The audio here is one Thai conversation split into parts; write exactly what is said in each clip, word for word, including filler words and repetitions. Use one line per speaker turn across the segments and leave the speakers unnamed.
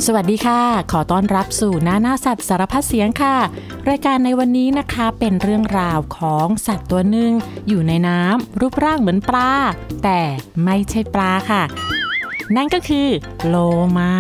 สวัสดีค่ะขอต้อนรับสู่หน้าหน้าสัตว์สารพัดเสียงค่ะรายการในวันนี้นะคะเป็นเรื่องราวของสัตว์ตัวหนึ่งอยู่ในน้ำรูปร่างเหมือนปลาแต่ไม่ใช่ปลาค่ะนั่นก็คือโลมา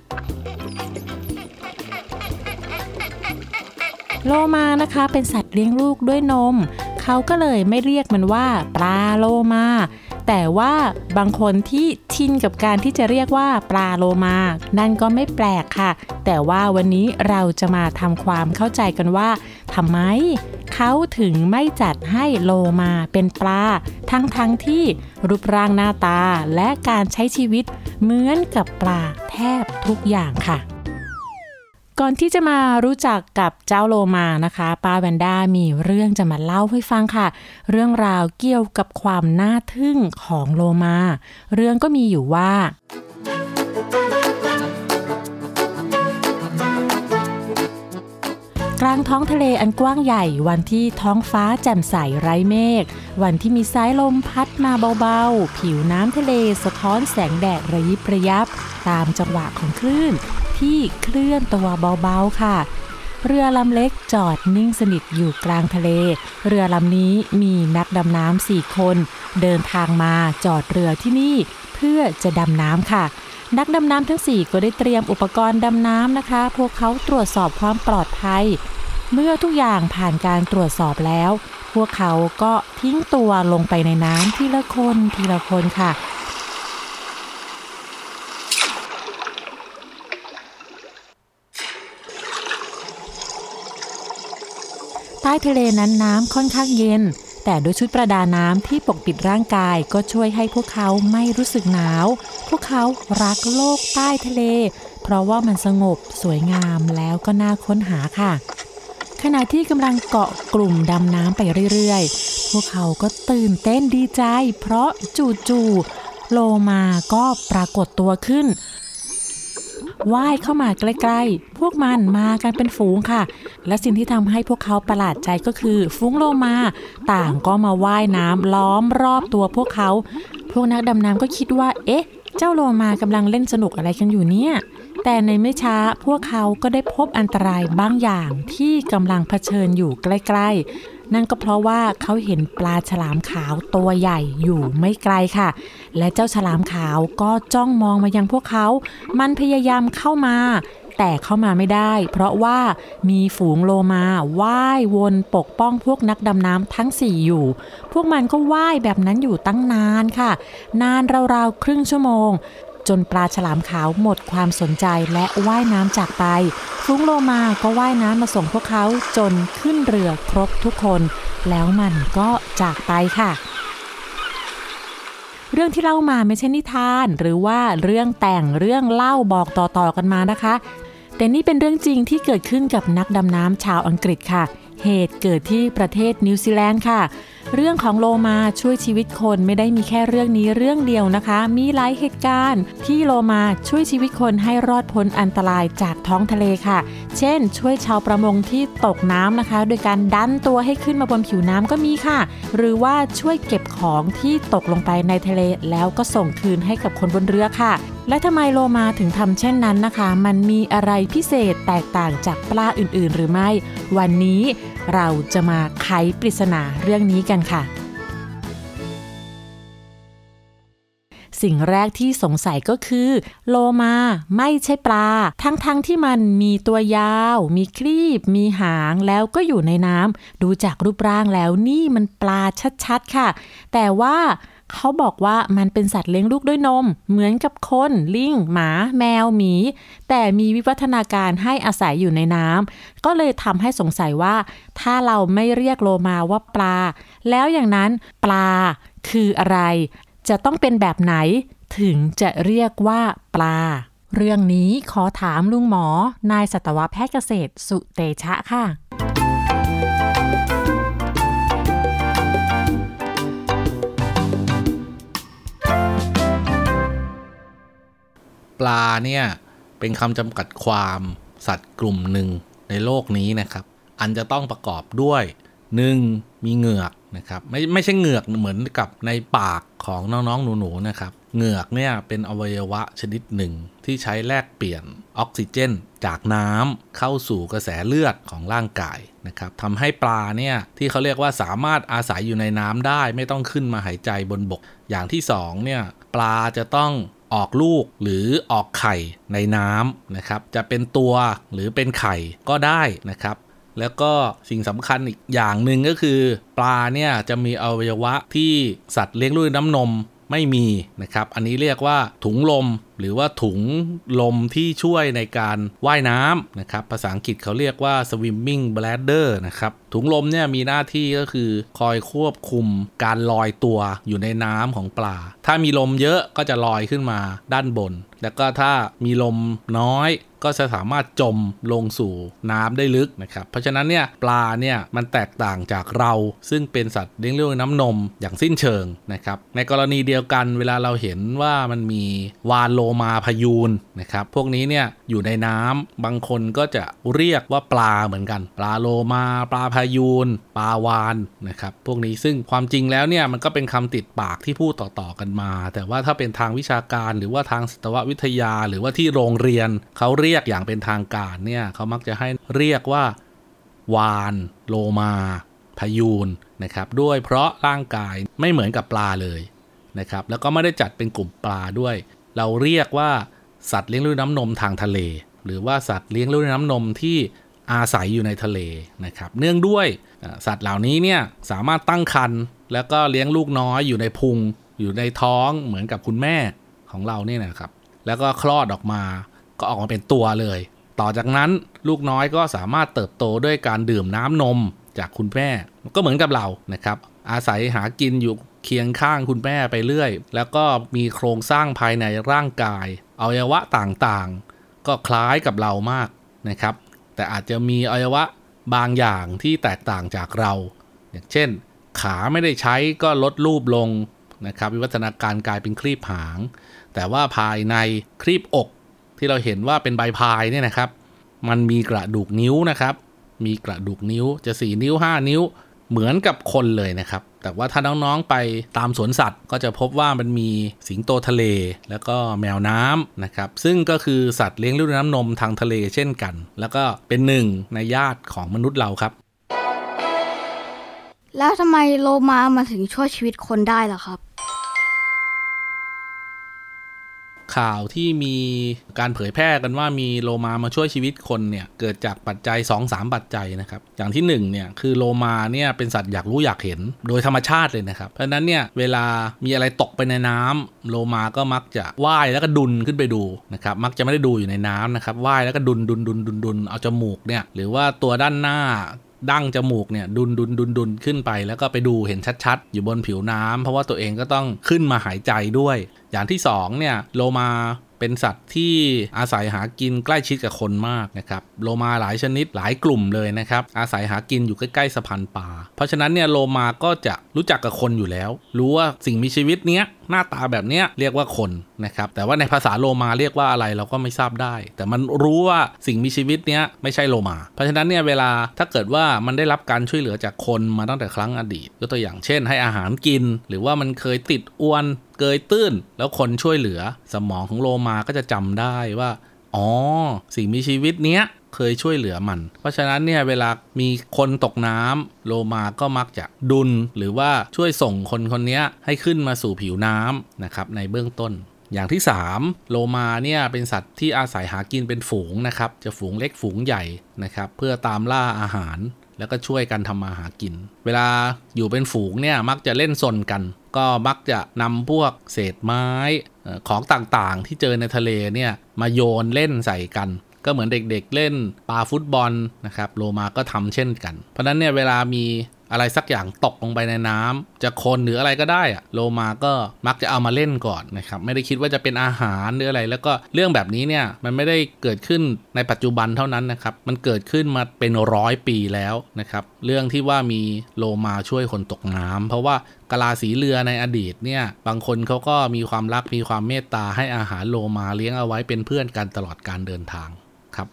โลมานะคะเป็นสัตว์เลี้ยงลูกด้วยนมเขาก็เลยไม่เรียกมันว่าปลาโลมาแต่ว่าบางคนที่ชินกับการที่จะเรียกว่าปลาโลมานั่นก็ไม่แปลกค่ะแต่ว่าวันนี้เราจะมาทำความเข้าใจกันว่าทำไมเขาถึงไม่จัดให้โลมาเป็นปลาทั้งๆ ท, ที่รูปร่างหน้าตาและการใช้ชีวิตเหมือนกับปลาแทบทุกอย่างค่ะก่อนที่จะมารู้จักกับเจ้าโลมานะคะป้าแวนด้ามีเรื่องจะมาเล่าให้ฟังค่ะเรื่องราวเกี่ยวกับความน่าทึ่งของโลมาเรื่องก็มีอยู่ว่ากลางท้องทะเลอันกว้างใหญ่วันที่ท้องฟ้าแจ่มใสไร้เมฆวันที่มีสายลมพัดมาเบาๆผิวน้ำทะเลสะท้อนแสงแดดระยิบระยับตามจังหวะของคลื่นที่เคลื่อนตัวเบาๆค่ะเรือลำเล็กจอดนิ่งสนิทอยู่กลางทะเลเรือลำนี้มีนักดำน้ำสี่คนเดินทางมาจอดเรือที่นี่เพื่อจะดำน้ำค่ะนักดำน้ำทั้งสี่ก็ได้เตรียมอุปกรณ์ดำน้ำนะคะพวกเขาตรวจสอบความปลอดภัยเมื่อทุกอย่างผ่านการตรวจสอบแล้วพวกเขาก็ทิ้งตัวลงไปในน้ำทีละคนทีละคนค่ะใต้ทะเลนั้นน้ำค่อนข้างเย็นแต่ด้วยชุดประดาน้ำที่ปกปิดร่างกายก็ช่วยให้พวกเขาไม่รู้สึกหนาวพวกเขารักโลกใต้ทะเลเพราะว่ามันสงบสวยงามแล้วก็น่าค้นหาค่ะขณะที่กำลังเกาะกลุ่มดำน้ำไปเรื่อยๆพวกเขาก็ตื่นเต้นดีใจเพราะจู่ๆโลมาก็ปรากฏตัวขึ้นว่ายเข้ามาใกล้ๆพวกมันมากันเป็นฝูงค่ะและสิ่งที่ทำให้พวกเขาประหลาดใจก็คือฝูงโลมาต่างก็มาว่ายน้ำล้อมรอบตัวพวกเขาพวกนักดำน้ำก็คิดว่าเอ๊ะเจ้าโลมากำลังเล่นสนุกอะไรกันอยู่เนี่ยแต่ในไม่ช้าพวกเขาก็ได้พบอันตรายบางอย่างที่กำลังเผชิญอยู่ใกล้ๆนั่นก็เพราะว่าเขาเห็นปลาฉลามขาวตัวใหญ่อยู่ไม่ไกลค่ะและเจ้าฉลามขาวก็จ้องมองมายังพวกเขามันพยายามเข้ามาแต่เข้ามาไม่ได้เพราะว่ามีฝูงโลมาว่ายวนปกป้องพวกนักดำน้ำทั้งสี่อยู่พวกมันก็ว่ายแบบนั้นอยู่ตั้งนานค่ะนานราวๆครึ่งชั่วโมงจนปลาฉลามขาวหมดความสนใจและว่ายน้ำจากไปฝูงโลมาก็ว่ายน้ำมาส่งพวกเขาจนขึ้นเรือครบทุกคนแล้วมันก็จากไปค่ะเรื่องที่เล่ามาไม่ใช่นิทานหรือว่าเรื่องแต่งเรื่องเล่าบอกต่อๆกันมานะคะแต่นี่เป็นเรื่องจริงที่เกิดขึ้นกับนักดำน้ำชาวอังกฤษค่ะเหตุเกิดที่ประเทศนิวซีแลนด์ค่ะเรื่องของโลมาช่วยชีวิตคนไม่ได้มีแค่เรื่องนี้เรื่องเดียวนะคะมีหลายเหตุการณ์ที่โลมาช่วยชีวิตคนให้รอดพ้นอันตรายจากท้องทะเลค่ะเช่นช่วยชาวประมงที่ตกน้ำนะคะโดยการดันตัวให้ขึ้นมาบนผิวน้ำก็มีค่ะหรือว่าช่วยเก็บของที่ตกลงไปในทะเลแล้วก็ส่งคืนให้กับคนบนเรือค่ะและทำไมโลมาถึงทำเช่นนั้นนะคะมันมีอะไรพิเศษแตกต่างจากปลาอื่นๆหรือไม่วันนี้เราจะมาไขปริศนาเรื่องนี้กันค่ะสิ่งแรกที่สงสัยก็คือโลมาไม่ใช่ปลาทั้งๆ ท, ที่มันมีตัวยาวมีครีบมีหางแล้วก็อยู่ในน้ำดูจากรูปร่างแล้วนี่มันปลาชัดๆค่ะแต่ว่าเขาบอกว่ามันเป็นสัตว์เลี้ยงลูกด้วยนมเหมือนกับคนลิงหมาแมวหมีแต่มีวิวัฒนาการให้อาศัยอยู่ในน้ำก็เลยทำให้สงสัยว่าถ้าเราไม่เรียกโลมาว่าปลาแล้วอย่างนั้นปลาคืออะไรจะต้องเป็นแบบไหนถึงจะเรียกว่าปลาเรื่องนี้ขอถามลุงหมอนายสัตวแพทย์เกษตรสุเตชะค่ะ
ปลาเนี่ยเป็นคำจำกัดความสัตว์กลุ่มหนึ่งในโลกนี้นะครับอันจะต้องประกอบด้วยหนึ่งมีเหงือกนะครับไม่ไม่ใช่เหงือกเหมือนกับในปากของน้องๆหนูๆนะครับเหงือกเนี่ยเป็นอวัยวะชนิดหนึ่งที่ใช้แลกเปลี่ยนออกซิเจนจากน้ำเข้าสู่กระแสเลือดของร่างกายนะครับทำให้ปลาเนี่ยที่เขาเรียกว่าสามารถอาศัยอยู่ในน้ำได้ไม่ต้องขึ้นมาหายใจบนบกอย่างที่สองเนี่ยปลาจะต้องออกลูกหรือออกไข่ในน้ำนะครับจะเป็นตัวหรือเป็นไข่ก็ได้นะครับแล้วก็สิ่งสำคัญอีกอย่างหนึ่งก็คือปลาเนี่ยจะมีอวัยวะที่สัตว์เลี้ยงลูกด้วยน้ำนมไม่มีนะครับอันนี้เรียกว่าถุงลมหรือว่าถุงลมที่ช่วยในการว่ายน้ำนะครับภาษาอังกฤษเขาเรียกว่า swimming bladder นะครับถุงลมเนี่ยมีหน้าที่ก็คือคอยควบคุมการลอยตัวอยู่ในน้ำของปลาถ้ามีลมเยอะก็จะลอยขึ้นมาด้านบนแล้วก็ถ้ามีลมน้อยก็จะสามารถจมลงสู่น้ำได้ลึกนะครับเพราะฉะนั้นเนี่ยปลาเนี่ยมันแตกต่างจากเราซึ่งเป็นสัตว์เลี้ยงด้วยน้ำนมอย่างสิ้นเชิงนะครับในกรณีเดียวกันเวลาเราเห็นว่ามันมีวาฬโลมาพยูนนะครับพวกนี้เนี่ยอยู่ในน้ำบางคนก็จะเรียกว่าปลาเหมือนกันปลาโลมาปลาพยูนปลาวาฬนะครับพวกนี้ซึ่งความจริงแล้วเนี่ยมันก็เป็นคำติดปากที่พูดต่อๆกันมาแต่ว่าถ้าเป็นทางวิชาการหรือว่าทางสัตววิทยาหรือว่าที่โรงเรียนเขาเรียกอย่างเป็นทางการเนี่ยเขามักจะให้เรียกว่าวาฬโลมาพยูนนะครับด้วยเพราะร่างกายไม่เหมือนกับปลาเลยนะครับแล้วก็ไม่ได้จัดเป็นกลุ่มปลาด้วยเราเรียกว่าสัตว์เลี้ยงด้วยน้ำนมทางทะเลหรือว่าสัตว์เลี้ยงด้วยน้ำนมที่อาศัยอยู่ในทะเลนะครับเนื่องด้วยสัตว์เหล่านี้เนี่ยสามารถตั้งครรภ์แล้วก็เลี้ยงลูกน้อยอยู่ในพุงอยู่ในท้องเหมือนกับคุณแม่ของเราเนี่ยนะครับแล้วก็คลอดออกมาก็ออกมาเป็นตัวเลยต่อจากนั้นลูกน้อยก็สามารถเติบโตด้วยการดื่มน้ำนมจากคุณแม่ก็เหมือนกับเรานะครับอาศัยหากินอยู่เคียงข้างคุณแม่ไปเรื่อยแล้วก็มีโครงสร้างภายในร่างกายอวัยวะต่างๆก็คล้ายกับเรามากนะครับแต่อาจจะมีอวัยวะบางอย่างที่แตกต่างจากเราอย่างเช่นขาไม่ได้ใช้ก็ลดรูปลงนะครับวิวัฒนาการกลายเป็นครีบหางแต่ว่าภายในครีบอกที่เราเห็นว่าเป็นใบพายเนี่ยนะครับมันมีกระดูกนิ้วนะครับมีกระดูกนิ้วจะสี่นิ้วห้านิ้วเหมือนกับคนเลยนะครับแต่ว่าถ้าน้องๆไปตามสวนสัตว์ก็จะพบว่ามันมีสิงโตทะเลแล้วก็แมวน้ำนะครับซึ่งก็คือสัตว์เลี้ยงด้วยน้ำนมทางทะเลเช่นกันแล้วก็เป็นหนึ่งในญาติของมนุษย์เราครับ
แล้วทำไมโลมามาถึงช่วยชีวิตคนได้ล่ะครับ
ข่าวที่มีการเผยแพร่กันว่ามีโลมามาช่วยชีวิตคนเนี่ยเกิดจากปัจจัย สองถึงสาม ปัจจัยนะครับอย่างที่หนึ่งเนี่ยคือโลมาเนี่ยเป็นสัตว์อยากรู้อยากเห็นโดยธรรมชาติเลยนะครับเพราะฉะนั้นเนี่ยเวลามีอะไรตกไปในน้ำโลมาก็มักจะว่ายแล้วก็ดุนขึ้นไปดูนะครับมักจะไม่ได้ดูอยู่ในน้ำนะครับว่ายแล้วก็ดุนดุนดุนดุนดุนเอาจมูกเนี่ยหรือว่าตัวด้านหน้าดั้งจมูกเนี่ยดุนดุนดุนดุนขึ้นไปแล้วก็ไปดูเห็นชัดๆอยู่บนผิวน้ำเพราะว่าตัวเองก็ต้องขึ้นมาหายใจด้วยอย่างที่สองเนี่ยโลมาเป็นสัตว์ที่อาศัยหากินใกล้ชิดกับคนมากนะครับโลมาหลายชนิดหลายกลุ่มเลยนะครับอาศัยหากินอยู่ใกล้ๆสะพานปลาเพราะฉะนั้นเนี่ยโลมาก็จะรู้จักกับคนอยู่แล้วรู้ว่าสิ่งมีชีวิตเนี้ยหน้าตาแบบเนี้ยเรียกว่าคนนะครับแต่ว่าในภาษาโลมาเรียกว่าอะไรเราก็ไม่ทราบได้แต่มันรู้ว่าสิ่งมีชีวิตเนี้ยไม่ใช่โลมาเพราะฉะนั้นเนี่ยเวลาถ้าเกิดว่ามันได้รับการช่วยเหลือจากคนมาตั้งแต่ครั้งอดีตยกตัวอย่างเช่นให้อาหารกินหรือว่ามันเคยติดอวนเกยตื้นแล้วคนช่วยเหลือสมองของโลมาก็จะจำได้ว่าอ๋อสิ่งมีชีวิตเนี้ยเคยช่วยเหลือมันเพราะฉะนั้นเนี่ยเวลามีคนตกน้ำโลมาก็มักจะดุลหรือว่าช่วยส่งคนคนนี้ให้ขึ้นมาสู่ผิวน้ำนะครับในเบื้องต้นอย่างที่สามโลมาเนี่ยเป็นสัตว์ที่อาศัยหากินเป็นฝูงนะครับจะฝูงเล็กฝูงใหญ่นะครับเพื่อตามล่าอาหารแล้วก็ช่วยกันทำมาหากินเวลาอยู่เป็นฝูงเนี่ยมักจะเล่นซนกันก็มักจะนำพวกเศษไม้ของต่างๆที่เจอในทะเลเนี่ยมาโยนเล่นใส่กันก็เหมือนเด็กๆเล่นปาฟุตบอลนะครับโลมาก็ทำเช่นกันเพราะนั้นเนี่ยเวลามีอะไรสักอย่างตกลงไปในน้ำจะคนหรืออะไรก็ได้อะโลมาก็มักจะเอามาเล่นก่อนนะครับไม่ได้คิดว่าจะเป็นอาหารหรืออะไรแล้วก็เรื่องแบบนี้เนี่ยมันไม่ได้เกิดขึ้นในปัจจุบันเท่านั้นนะครับมันเกิดขึ้นมาเป็นร้อยปีแล้วนะครับเรื่องที่ว่ามีโลมาช่วยคนตกน้ำเพราะว่ากะลาสีเรือในอดีตเนี่ยบางคนเขาก็มีความรักมีความเมตตาให้อาหารโลมาเลี้ยงเอาไว้เป็นเพื่อนกันตลอดการเดินทางครับ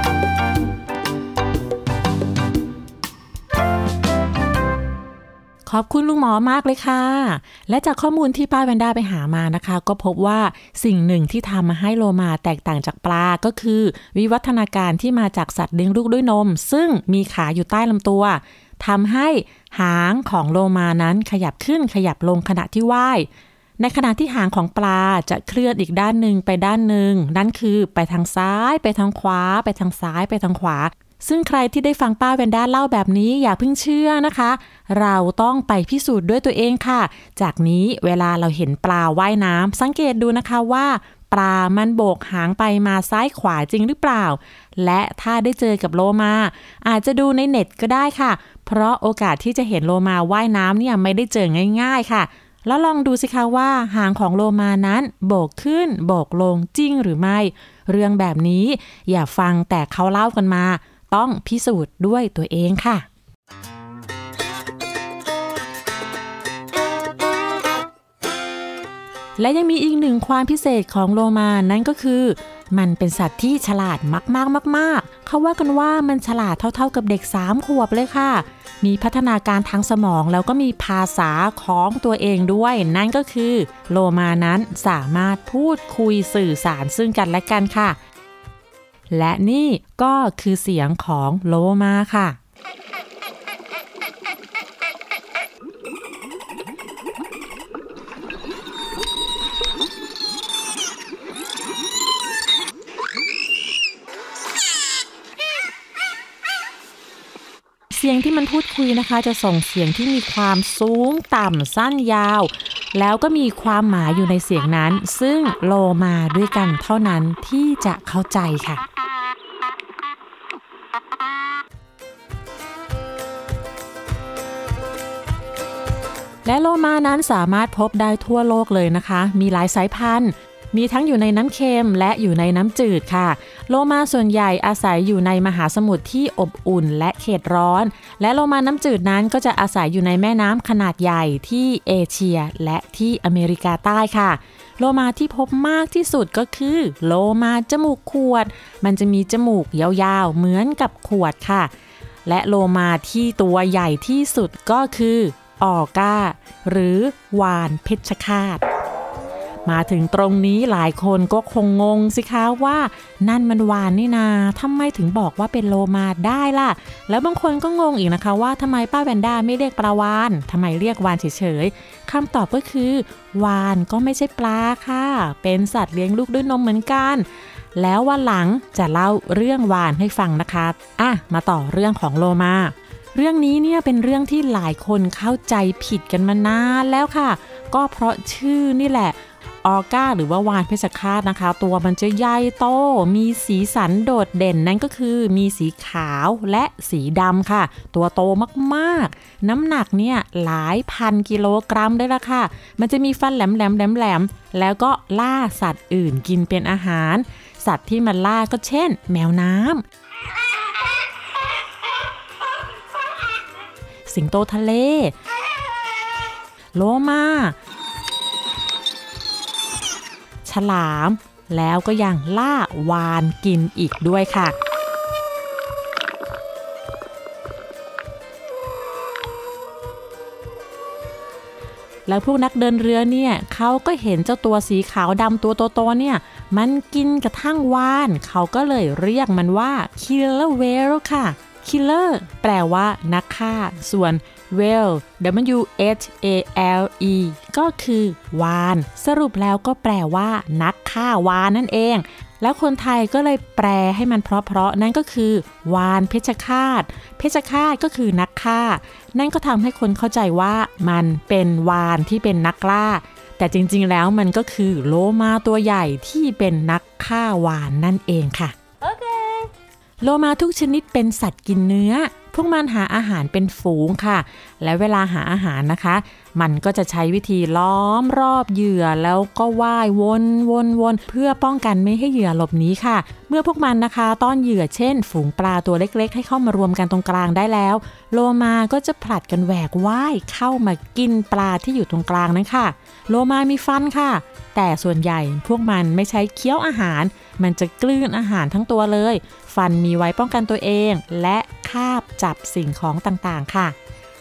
ขขอบคุณลุงหมอมากเลยค่ะและจากข้อมูลที่ป้าแวนด้าไปหามานะคะก็พบว่าสิ่งหนึ่งที่ทำมาให้โลมาแตกต่างจากปลาก็คือวิวัฒนาการที่มาจากสัตว์เลี้ยงลูกด้วยนมซึ่งมีขาอยู่ใต้ลำตัวทำให้หางของโลมานั้นขยับขึ้นขยับลงขณะที่ว่ายในขณะที่หางของปลาจะเคลื่อนอีกด้านหนึ่งไปด้านหนึ่งนั่นคือไปทางซ้ายไปทางขวาไปทางซ้ายไปทางขวาซึ่งใครที่ได้ฟังป้าแวนด้าเล่าแบบนี้อย่าเพิ่งเชื่อนะคะเราต้องไปพิสูจน์ด้วยตัวเองค่ะจากนี้เวลาเราเห็นปลาว่ายน้ำสังเกตดูนะคะว่าปลามันโบกหางไปมาซ้ายขวาจริงหรือเปล่าและถ้าได้เจอกับโลมาอาจจะดูในเน็ตก็ได้ค่ะเพราะโอกาสที่จะเห็นโลมาว่ายน้ำเนี่ยไม่ได้เจอง่ายๆค่ะแล้วลองดูสิคะว่าหางของโลมานั้นโบกขึ้นโบกลงจริงหรือไม่เรื่องแบบนี้อย่าฟังแต่เขาเล่ากันมาต้องพิสูจน์ด้วยตัวเองค่ะและยังมีอีกหนึ่งความพิเศษของโลมานั่นก็คือมันเป็นสัตว์ที่ฉลาดมากๆมากๆเขาว่ากันว่ามันฉลาดเท่าๆกับเด็กสามขวบเลยค่ะมีพัฒนาการทางสมองแล้วก็มีภาษาของตัวเองด้วยนั่นก็คือโลมานั้นสามารถพูดคุยสื่อสารซึ่งกันและกันค่ะและนี่ก็คือเสียงของโลมาค่ะเสียงที่มันพูดคุยนะคะจะส่งเสียงที่มีความสูงต่ำสั้นยาวแล้วก็มีความหมายอยู่ในเสียงนั้นซึ่งโลมาด้วยกันเท่านั้นที่จะเข้าใจค่ะและโลมานั้นสามารถพบได้ทั่วโลกเลยนะคะมีหลายสายพันธุ์มีทั้งอยู่ในน้ำเค็มและอยู่ในน้ำจืดค่ะโลมาส่วนใหญ่อาศัยอยู่ในมหาสมุทรที่อบอุ่นและเขตร้อนและโลมาน้ำจืดนั้นก็จะอาศัยอยู่ในแม่น้ำขนาดใหญ่ที่เอเชียและที่อเมริกาใต้ค่ะโลมาที่พบมากที่สุดก็คือโลมาจมูกขวดมันจะมีจมูกยาวๆเหมือนกับขวดค่ะและโลมาที่ตัวใหญ่ที่สุดก็คือออก้าหรือวาฬเพชฌฆาตมาถึงตรงนี้หลายคนก็คงงงสิคะว่านั่นมันวาฬนี่นาทำไมถึงบอกว่าเป็นโลมาได้ล่ะแล้วบางคนก็งงอีกนะคะว่าทำไมป้าแวนด้าไม่เรียกปลาวาฬทำไมเรียกวาฬเฉยๆคำตอบก็คือวาฬก็ไม่ใช่ปลาค่ะเป็นสัตว์เลี้ยงลูกด้วยนมเหมือนกันแล้ววันหลังจะเล่าเรื่องวาฬให้ฟังนะคะอ่ะมาต่อเรื่องของโลมาเรื่องนี้เนี่ยเป็นเรื่องที่หลายคนเข้าใจผิดกันมานานแล้วค่ะก็เพราะชื่อนี่แหละออก้าหรือว่าวาฬเพชฌฆาตนะคะตัวมันจะใหญ่โตมีสีสันโดดเด่นนั่นก็คือมีสีขาวและสีดำค่ะตัวโตมากๆน้ำหนักเนี่ยหลายพันกิโลกรัมเลยล่ะค่ะมันจะมีฟันแหลมๆแหลมๆแล้วก็ล่าสัตว์อื่นกินเป็นอาหารสัตว์ที่มันล่าก็เช่นแมวน้ำสิงโตทะเลโลมาฉลามแล้วก็ยังล่าวาฬกินอีกด้วยค่ะแล้วพวกนักเดินเรือเนี่ยเขาก็เห็นเจ้าตัวสีขาวดำตัวโตๆเนี่ยมันกินกระทั่งวาฬเขาก็เลยเรียกมันว่า killer whale ค่ะ killer แปลว่านักฆ่าส่วน whale w h a l e ก็คือวาฬสรุปแล้วก็แปลว่านักฆ่าวาฬนั่นเองแล้วคนไทยก็เลยแปลให้มันเพราะๆนั่นก็คือวาฬเพชฌฆาตเพชฌฆาตก็คือนักฆ่านั่นก็ทำให้คนเข้าใจว่ามันเป็นวาฬที่เป็นนักล่าแต่จริงๆแล้วมันก็คือโลมาตัวใหญ่ที่เป็นนักฆ่าวาฬนั่นเองค่ะโอเคโลมาทุกชนิดเป็นสัตว์กินเนื้อพวกมันหาอาหารเป็นฝูงค่ะและเวลาหาอาหารนะคะมันก็จะใช้วิธีล้อมรอบเหยื่อแล้วก็ว่ายวนวนวนเพื่อป้องกันไม่ให้เหยื่อหลบหนีค่ะเมื่อพวกมันนะคะต้อนเหยื่อเช่นฝูงปลาตัวเล็กๆให้เข้ามารวมกันตรงกลางได้แล้วโลมาก็จะผลัดกันแหวกว่ายเข้ามากินปลาที่อยู่ตรงกลางนั้นค่ะโลมามีฟันค่ะแต่ส่วนใหญ่พวกมันไม่ใช้เคี้ยวอาหารมันจะกลืนอาหารทั้งตัวเลยฟันมีไว้ป้องกันตัวเองและคาบจับสิ่งของต่างๆค่ะ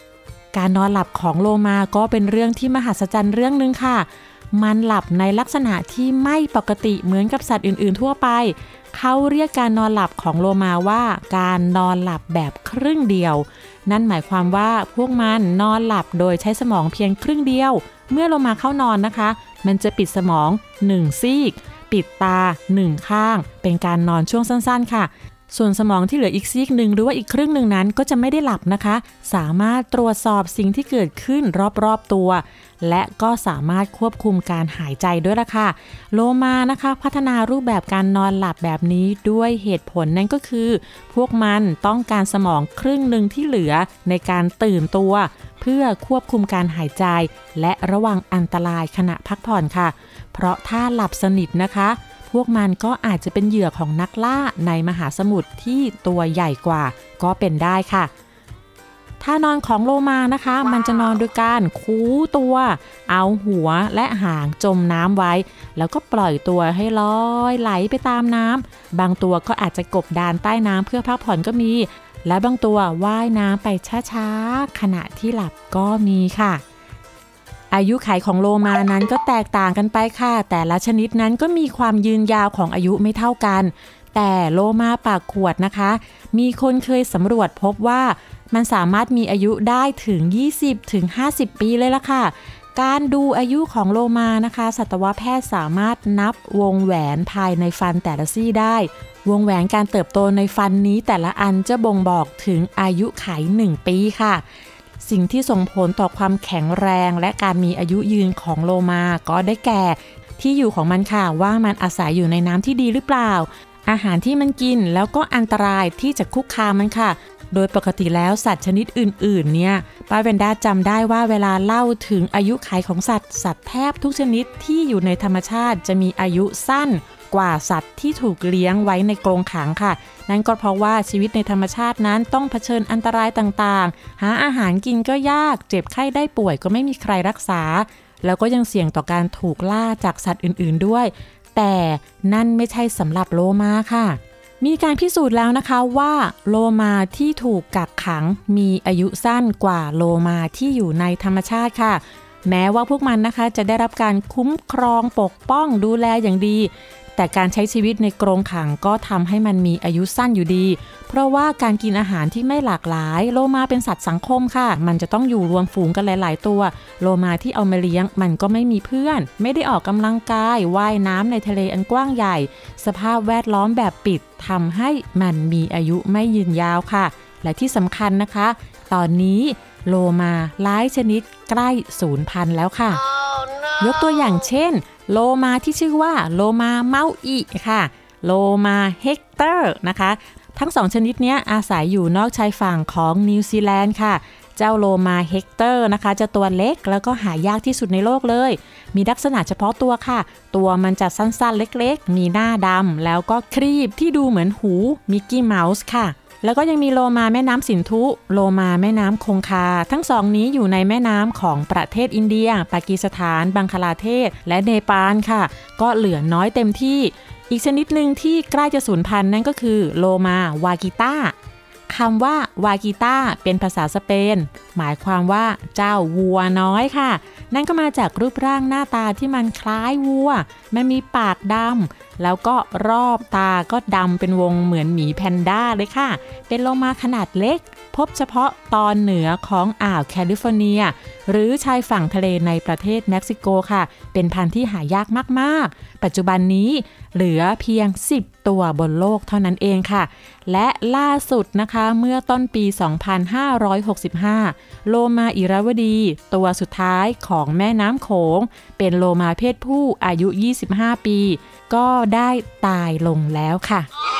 การนอนหลับของโลมาก็เป็นเรื่องที่มหัศจรรย์เรื่องนึงค่ะมันหลับในลักษณะที่ไม่ปกติเหมือนกับสัตว์อื่นๆทั่วไปเขาเรียกการนอนหลับของโลมาว่าการนอนหลับแบบครึ่งเดียวนั่นหมายความว่าพวกมันนอนหลับโดยใช้สมองเพียงครึ่งเดียวเมื่อโลมาเข้านอนนะคะมันจะปิดสมองหนึ่งซีกปิดตาหนึ่งข้างเป็นการนอนช่วงสั้นๆค่ะส่วนสมองที่เหลืออีกซีกหนึ่งหรือว่าอีกครึ่งหนึ่งนั้นก็จะไม่ได้หลับนะคะสามารถตรวจสอบสิ่งที่เกิดขึ้นรอบๆตัวและก็สามารถควบคุมการหายใจด้วยล่ะค่ะโลมานะคะพัฒนารูปแบบการนอนหลับแบบนี้ด้วยเหตุผลนั่นก็คือพวกมันต้องการสมองครึ่งหนึ่งที่เหลือในการตื่นตัวเพื่อควบคุมการหายใจและระวังอันตรายขณะพักผ่อนค่ะเพราะถ้าหลับสนิทนะคะพวกมันก็อาจจะเป็นเหยื่อของนักล่าในมหาสมุทรที่ตัวใหญ่กว่าก็เป็นได้ค่ะท่านอนของโลมานะคะมันจะนอนโดยการคู้ตัวเอาหัวและหางจมน้ำไว้แล้วก็ปล่อยตัวให้ลอยไหลไปตามน้ำบางตัวก็อาจจะกบดานใต้น้ำเพื่อพักผ่อนก็มีและบางตัวว่ายน้ำไปช้าๆขณะที่หลับก็มีค่ะอายุขัยของโลมานั้นก็แตกต่างกันไปค่ะแต่ละชนิดนั้นก็มีความยืนยาวของอายุไม่เท่ากันแต่โลมาปากขวดนะคะมีคนเคยสำรวจพบว่ามันสามารถมีอายุได้ถึง ยี่สิบถึงห้าสิบ ปีเลยล่ะค่ะการดูอายุของโลมานะคะสัตวแพทย์สามารถนับวงแหวนภายในฟันแต่ละซี่ได้วงแหวนการเติบโตในฟันนี้แต่ละอันจะบ่งบอกถึงอายุขัยหนึ่งปีค่ะสิ่งที่ส่งผลต่อความแข็งแรงและการมีอายุยืนของโลมาก็ได้แก่ที่อยู่ของมันค่ะว่ามันอาศัยอยู่ในน้ำที่ดีหรือเปล่าอาหารที่มันกินแล้วก็อันตรายที่จะคุกคามมันค่ะโดยปกติแล้วสัตว์ชนิดอื่นๆเนี่ยป้าแวนด้าจำได้ว่าเวลาเล่าถึงอายุขัยของสัตว์สัตว์แทบทุกชนิดที่อยู่ในธรรมชาติจะมีอายุสั้นกว่าสัตว์ที่ถูกเลี้ยงไว้ในกรงขังค่ะนั่นก็เพราะว่าชีวิตในธรรมชาตินั้นต้องเผชิญอันตรายต่างๆหาอาหารกินก็ยากเจ็บไข้ได้ป่วยก็ไม่มีใครรักษาแล้วก็ยังเสี่ยงต่อการถูกล่าจากสัตว์อื่นๆด้วยแต่นั่นไม่ใช่สำหรับโลมาค่ะมีการพิสูจน์แล้วนะคะว่าโลมาที่ถูกกักขังมีอายุสั้นกว่าโลมาที่อยู่ในธรรมชาติค่ะแม้ว่าพวกมันนะคะจะได้รับการคุ้มครองปกป้องดูแลอย่างดีแต่การใช้ชีวิตในกรงขังก็ทำให้มันมีอายุสั้นอยู่ดีเพราะว่าการกินอาหารที่ไม่หลากหลายโลมาเป็นสัตว์สังคมค่ะมันจะต้องอยู่รวมฝูงกันหลายๆตัวโลมาที่เอามาเลี้ยงมันก็ไม่มีเพื่อนไม่ได้ออกกำลังกายว่ายน้ำในทะเลอันกว้างใหญ่สภาพแวดล้อมแบบปิดทำให้มันมีอายุไม่ยืนยาวค่ะและที่สำคัญนะคะตอนนี้โลมาหลายชนิดใกล้สูญพันธุ์แล้วค่ะ oh, no. ยกตัวอย่างเช่นโลมาที่ชื่อว่าโลมาเมาอีค่ะโลมาเฮกเตอร์นะคะทั้งสองชนิดนี้อาศัยอยู่นอกชายฝั่งของนิวซีแลนด์ค่ะเจ้าโลมาเฮกเตอร์นะคะจะตัวเล็กแล้วก็หายากที่สุดในโลกเลยมีลักษณะเฉพาะตัวค่ะตัวมันจะสั้นๆเล็กๆมีหน้าดำแล้วก็ครีบที่ดูเหมือนหูมิกกี้เมาส์ค่ะแล้วก็ยังมีโลมาแม่น้ำสินธุโลมาแม่น้ำคงคาทั้งสองนี้อยู่ในแม่น้ำของประเทศอินเดียปากีสถานบังคลาเทศและเนปาลค่ะก็เหลือน้อยเต็มที่อีกชนิดหนึ่งที่ใกล้จะสูญพันธุ์นั่นก็คือโลมาวากิต้าคำว่าวากิต้าเป็นภาษาสเปนหมายความว่าเจ้าวัวน้อยค่ะนั่นก็มาจากรูปร่างหน้าตาที่มันคล้ายวัวมันมีปากดำแล้วก็รอบตาก็ดำเป็นวงเหมือนหมีแพนด้าเลยค่ะเป็นโลมาขนาดเล็กพบเฉพาะตอนเหนือของอ่าวแคลิฟอร์เนียหรือชายฝั่งทะเลในประเทศเม็กซิโกค่ะเป็นพันธุ์ที่หายากมากๆปัจจุบันนี้เหลือเพียงสิบตัวบนโลกเท่านั้นเองค่ะและล่าสุดนะคะเมื่อต้นปีสองพันห้าร้อยหกสิบห้าโลมาอิราวดีตัวสุดท้ายของแม่น้ำโขงเป็นโลมาเพศผู้อายุยี่สิบห้าปีก็ได้ตายลงแล้วค่ะ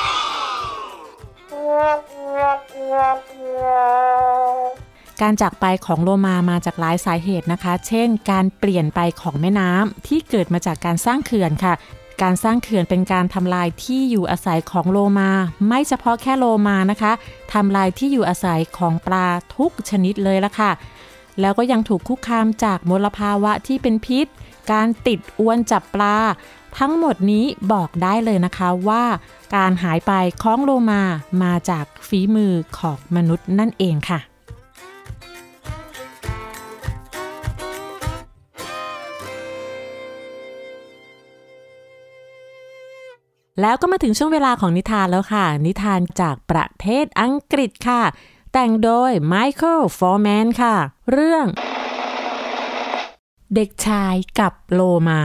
การจากไปของโลมามาจากหลายสาเหตุนะคะเช่นการเปลี่ยนไปของแม่น้ำที่เกิดมาจากการสร้างเขื่อนค่ะการสร้างเขื่อนเป็นการทำลายที่อยู่อาศัยของโลมาไม่เฉพาะแค่โลมานะคะทำลายที่อยู่อาศัยของปลาทุกชนิดเลยละค่ะแล้วก็ยังถูกคุกคามจากมลภาวะที่เป็นพิษการติดอวนจับปลาทั้งหมดนี้บอกได้เลยนะคะว่าการหายไปของโลมามาจากฝีมือของมนุษย์นั่นเองค่ะแล้วก็มาถึงช่วงเวลาของนิทานแล้วค่ะนิทานจากประเทศอังกฤษค่ะแต่งโดยไมเคิล ฟอร์แมนค่ะเรื่องเด็กชายกับโลมา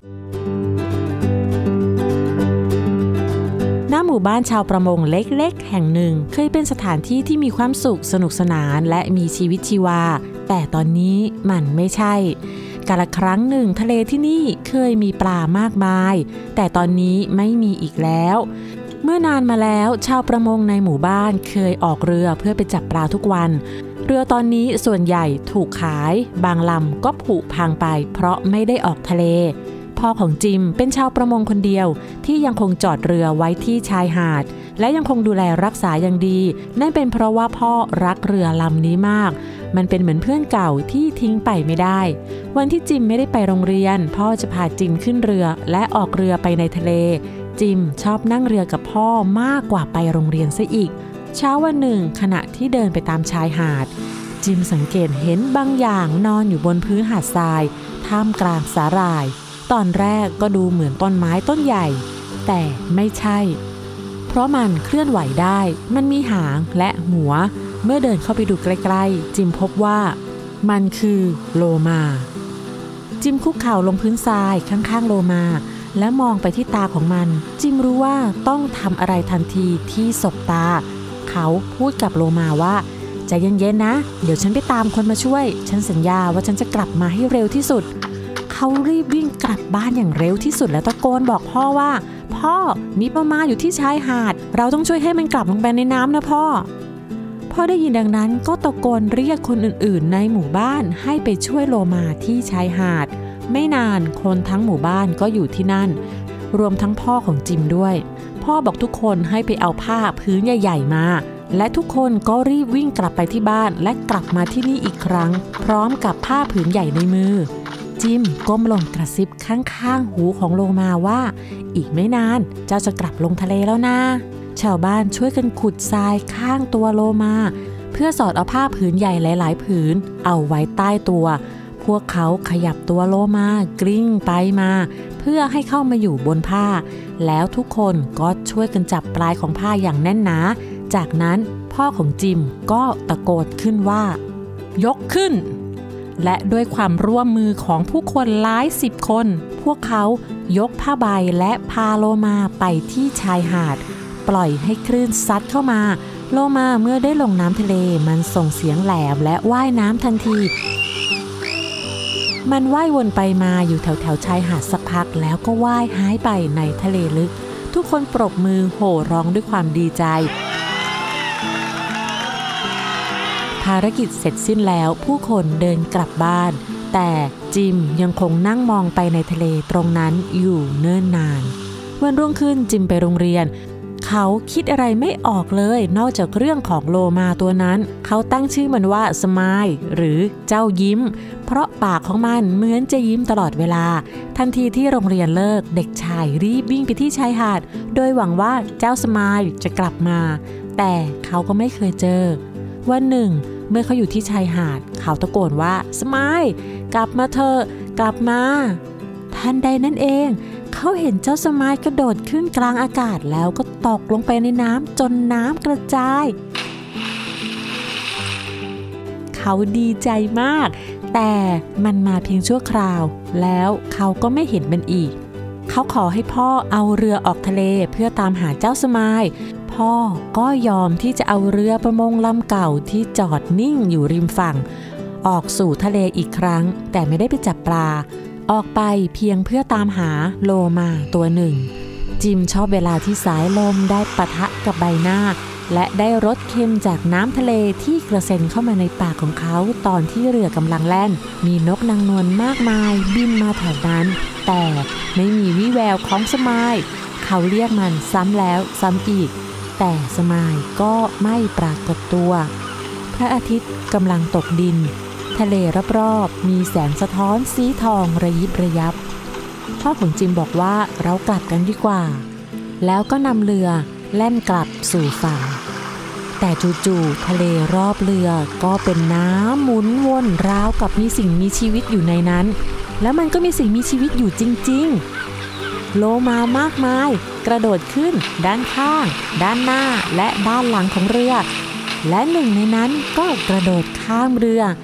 หน้าหมู่บ้านชาวประมงเล็กๆแห่งหนึ่งเคยเป็นสถานที่ที่มีความสุขสนุกสนานและมีชีวิตชีวาแต่ตอนนี้มันไม่ใช่กาลครั้งหนึ่งทะเลที่นี่เคยมีปลามากมายแต่ตอนนี้ไม่มีอีกแล้วเมื่อนานมาแล้วชาวประมงในหมู่บ้านเคยออกเรือเพื่อไปจับปลาทุกวันเรือตอนนี้ส่วนใหญ่ถูกขายบางลำก็ผุพังไปเพราะไม่ได้ออกทะเลพ่อของจิมเป็นชาวประมงคนเดียวที่ยังคงจอดเรือไว้ที่ชายหาดและยังคงดูแลรักษาอย่างดีนั่นเป็นเพราะว่าพ่อรักเรือลำนี้มากมันเป็นเหมือนเพื่อนเก่าที่ทิ้งไปไม่ได้วันที่จิมไม่ได้ไปโรงเรียนพ่อจะพาจิมขึ้นเรือและออกเรือไปในทะเลจิมชอบนั่งเรือกับพ่อมากกว่าไปโรงเรียนซะอีกเช้าวันหนึ่งขณะที่เดินไปตามชายหาดจิมสังเกตเห็นบางอย่างนอนอยู่บนพื้นหาดทรายท่ามกลางสาหร่ายตอนแรกก็ดูเหมือนต้นไม้ต้นใหญ่แต่ไม่ใช่เพราะมันเคลื่อนไหวได้มันมีหางและหัวเมื่อเดินเข้าไปดูใกล้ๆจิมพบว่ามันคือโลมาจิมคุกเข่าลงพื้นทรายข้างๆโลมาและมองไปที่ตาของมันจิมรู้ว่าต้องทำอะไรทันทีที่สบตาเขาพูดกับโลมาว่าใจเย็นๆนะเดี๋ยวฉันไปตามคนมาช่วยฉันสัญญาว่าฉันจะกลับมาให้เร็วที่สุดเขารีบวิ่งกลับบ้านอย่างเร็วที่สุดแล้วตะโกนบอกพ่อว่าพ่อมีปลามาอยู่ที่ชายหาดเราต้องช่วยให้มันกลับลงไปในน้ำนะพ่อพ่อได้ยินดังนั้นก็ตะโกนเรียกคนอื่นๆในหมู่บ้านให้ไปช่วยโลมาที่ชายหาดไม่นานคนทั้งหมู่บ้านก็อยู่ที่นั่นรวมทั้งพ่อของจิมด้วยพ่อบอกทุกคนให้ไปเอาผ้าพื้นใหญ่ๆมาและทุกคนก็รีบวิ่งกลับไปที่บ้านและกลับมาที่นี่อีกครั้งพร้อมกับผ้าผืนใหญ่ในมือจิมก้มลงกระซิบข้างๆหูของโลมาว่าอีกไม่นานเจ้าจะกลับลงทะเลแล้วนะชาวบ้านช่วยกันขุดทรายข้างตัวโลมาเพื่อสอดเอาผ้าผืนใหญ่หลายๆผืนเอาไว้ใต้ตัวพวกเขาขยับตัวโลมากลิ้งไปมาเพื่อให้เข้ามาอยู่บนผ้าแล้วทุกคนก็ช่วยกันจับปลายของผ้าอย่างแน่นหนาจากนั้นพ่อของจิมก็ตะโกนขึ้นว่ายกขึ้นและด้วยความร่วมมือของผู้คนหลายสิบคนพวกเขายกผ้าใบและพาโลมาไปที่ชายหาดปล่อยให้คลื่นซัดเข้ามาโลมาเมื่อได้ลงน้ำทะเลมันส่งเสียงแหลมและว่ายน้ำทันทีมันว่ายวนไปมาอยู่แถวๆชายหาดสักพักแล้วก็ว่ายหายไปในทะเลลึกทุกคนปรบมือโห่ร้องด้วยความดีใจภารกิจเสร็จสิ้นแล้วผู้คนเดินกลับบ้านแต่จิมยังคงนั่งมองไปในทะเลตรงนั้นอยู่เนิ่นนานวันรุ่งขึ้นจิมไปโรงเรียนเขาคิดอะไรไม่ออกเลยนอกจากเรื่องของโลมาตัวนั้นเขาตั้งชื่อมันว่าสมายหรือเจ้ายิ้มเพราะปากของมันเหมือนจะยิ้มตลอดเวลาทันทีที่โรงเรียนเลิกเด็กชายรีบวิ่งไปที่ชายหาดโดยหวังว่าเจ้าสมายจะกลับมาแต่เขาก็ไม่เคยเจอวันหนึ่งเมื่อเขาอยู่ที่ชายหาดเขาตะโกนว่าสมายกลับมาเถอะกลับมาทันใดนั้นเองเขาเห็นเจ้าสมายกระโดดขึ้นกลางอากาศแล้วก็ตกลงไปในน้ำจนน้ำกระจายเขาดีใจมากแต่มันมาเพียงชั่วคราวแล้วเขาก็ไม่เห็นมันอีกเขาขอให้พ่อเอาเรือออกทะเลเพื่อตามหาเจ้าสมายพ่อก็ยอมที่จะเอาเรือประมงลำเก่าที่จอดนิ่งอยู่ริมฝั่งออกสู่ทะเลอีกครั้งแต่ไม่ได้ไปจับปลาออกไปเพียงเพื่อตามหาโลมาตัวหนึ่งจิมชอบเวลาที่สายลมได้ปะทะกับใบหน้าและได้รสเค็มจากน้ำทะเลที่กระเซ็นเข้ามาในปากของเขาตอนที่เรือกำลังแล่นมีนกนางนวลมากมายบินมาแถวนั้นแต่ไม่มีวี่แววของสมายเขาเรียกมันซ้ำแล้วซ้ำอีกแต่สมายก็ไม่ปรากฏตัวพระอาทิตย์กำลังตกดินทะเลรอบๆมีแสงสะท้อนสีทองระยิบระยับพ่อของจิมบอกว่าเรากลับกันดีกว่าแล้วก็นำเรือแล่นกลับสู่ฝั่งแต่จู่ๆทะเลรอบเรือก็เป็นน้ำหมุนวนราวกับมีสิ่งมีชีวิตอยู่ในนั้นแล้วมันก็มีสิ่งมีชีวิตอยู่จริงๆโลมามากมายกระโดดขึ้นด้านข้างด้านหน้าและด้านหลังของเรือและหนึ่งในนั้นก็กระโดดข้ามเรือ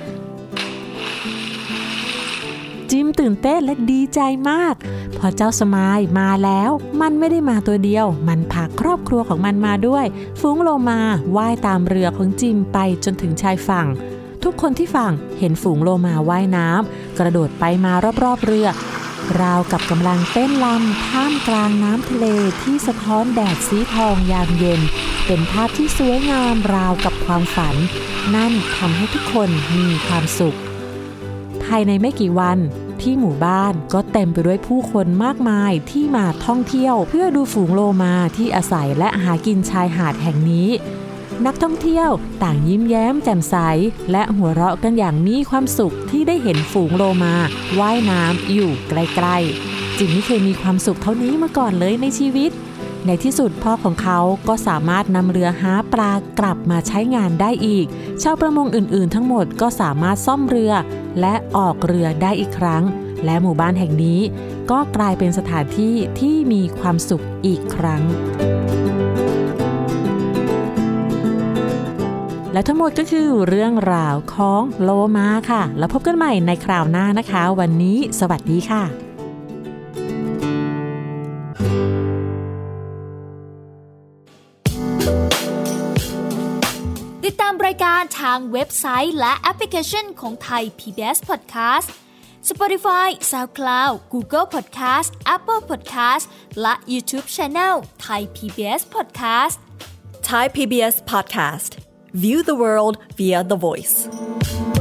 จิมตื่นเต้นและดีใจมากพอเจ้าสมายมาแล้วมันไม่ได้มาตัวเดียวมันพาครอบครัวของมันมาด้วยฝูงโลมาว่ายตามเรือของจิมไปจนถึงชายฝั่งทุกคนที่ฝั่งเห็นฝูงโลมาว่ายน้ำกระโดดไปมารอบๆเรือราวกับกำลังเต้นรำท่ามกลางน้ำทะเลที่สะท้อนแดดสีทองยามเย็นเป็นภาพที่สวยงามราวกับความฝันนั่นทำให้ทุกคนมีความสุขภายในไม่กี่วันที่หมู่บ้านก็เต็มไปด้วยผู้คนมากมายที่มาท่องเที่ยวเพื่อดูฝูงโลมาที่อาศัยและหากินชายหาดแห่งนี้นักท่องเที่ยวต่างยิ้มแย้มแจ่มใสและหัวเราะกันอย่างมีความสุขที่ได้เห็นฝูงโลมาว่ายน้ำอยู่ไกลๆจิมไม่เคยมีความสุขเท่านี้มาก่อนเลยในชีวิตในที่สุดพ่อของเขาก็สามารถนำเรือหาปลากลับมาใช้งานได้อีกชาวประมงอื่นๆทั้งหมดก็สามารถซ่อมเรือและออกเรือได้อีกครั้งและหมู่บ้านแห่งนี้ก็กลายเป็นสถานที่ที่มีความสุขอีกครั้งและทั้งหมดก็คือเรื่องราวของโลมาค่ะแล้วพบกันใหม่ในคราวหน้านะคะวันนี้สวัสดีค่ะ
ติดตามรายการทางเว็บไซต์และแอปพลิเคชันของไทย พี บี เอส Podcast Spotify, SoundCloud, Google Podcast, Apple Podcast และ YouTube Channel Thai พี บี เอส Podcast
Thai พี บี เอส Podcast View the world via the voice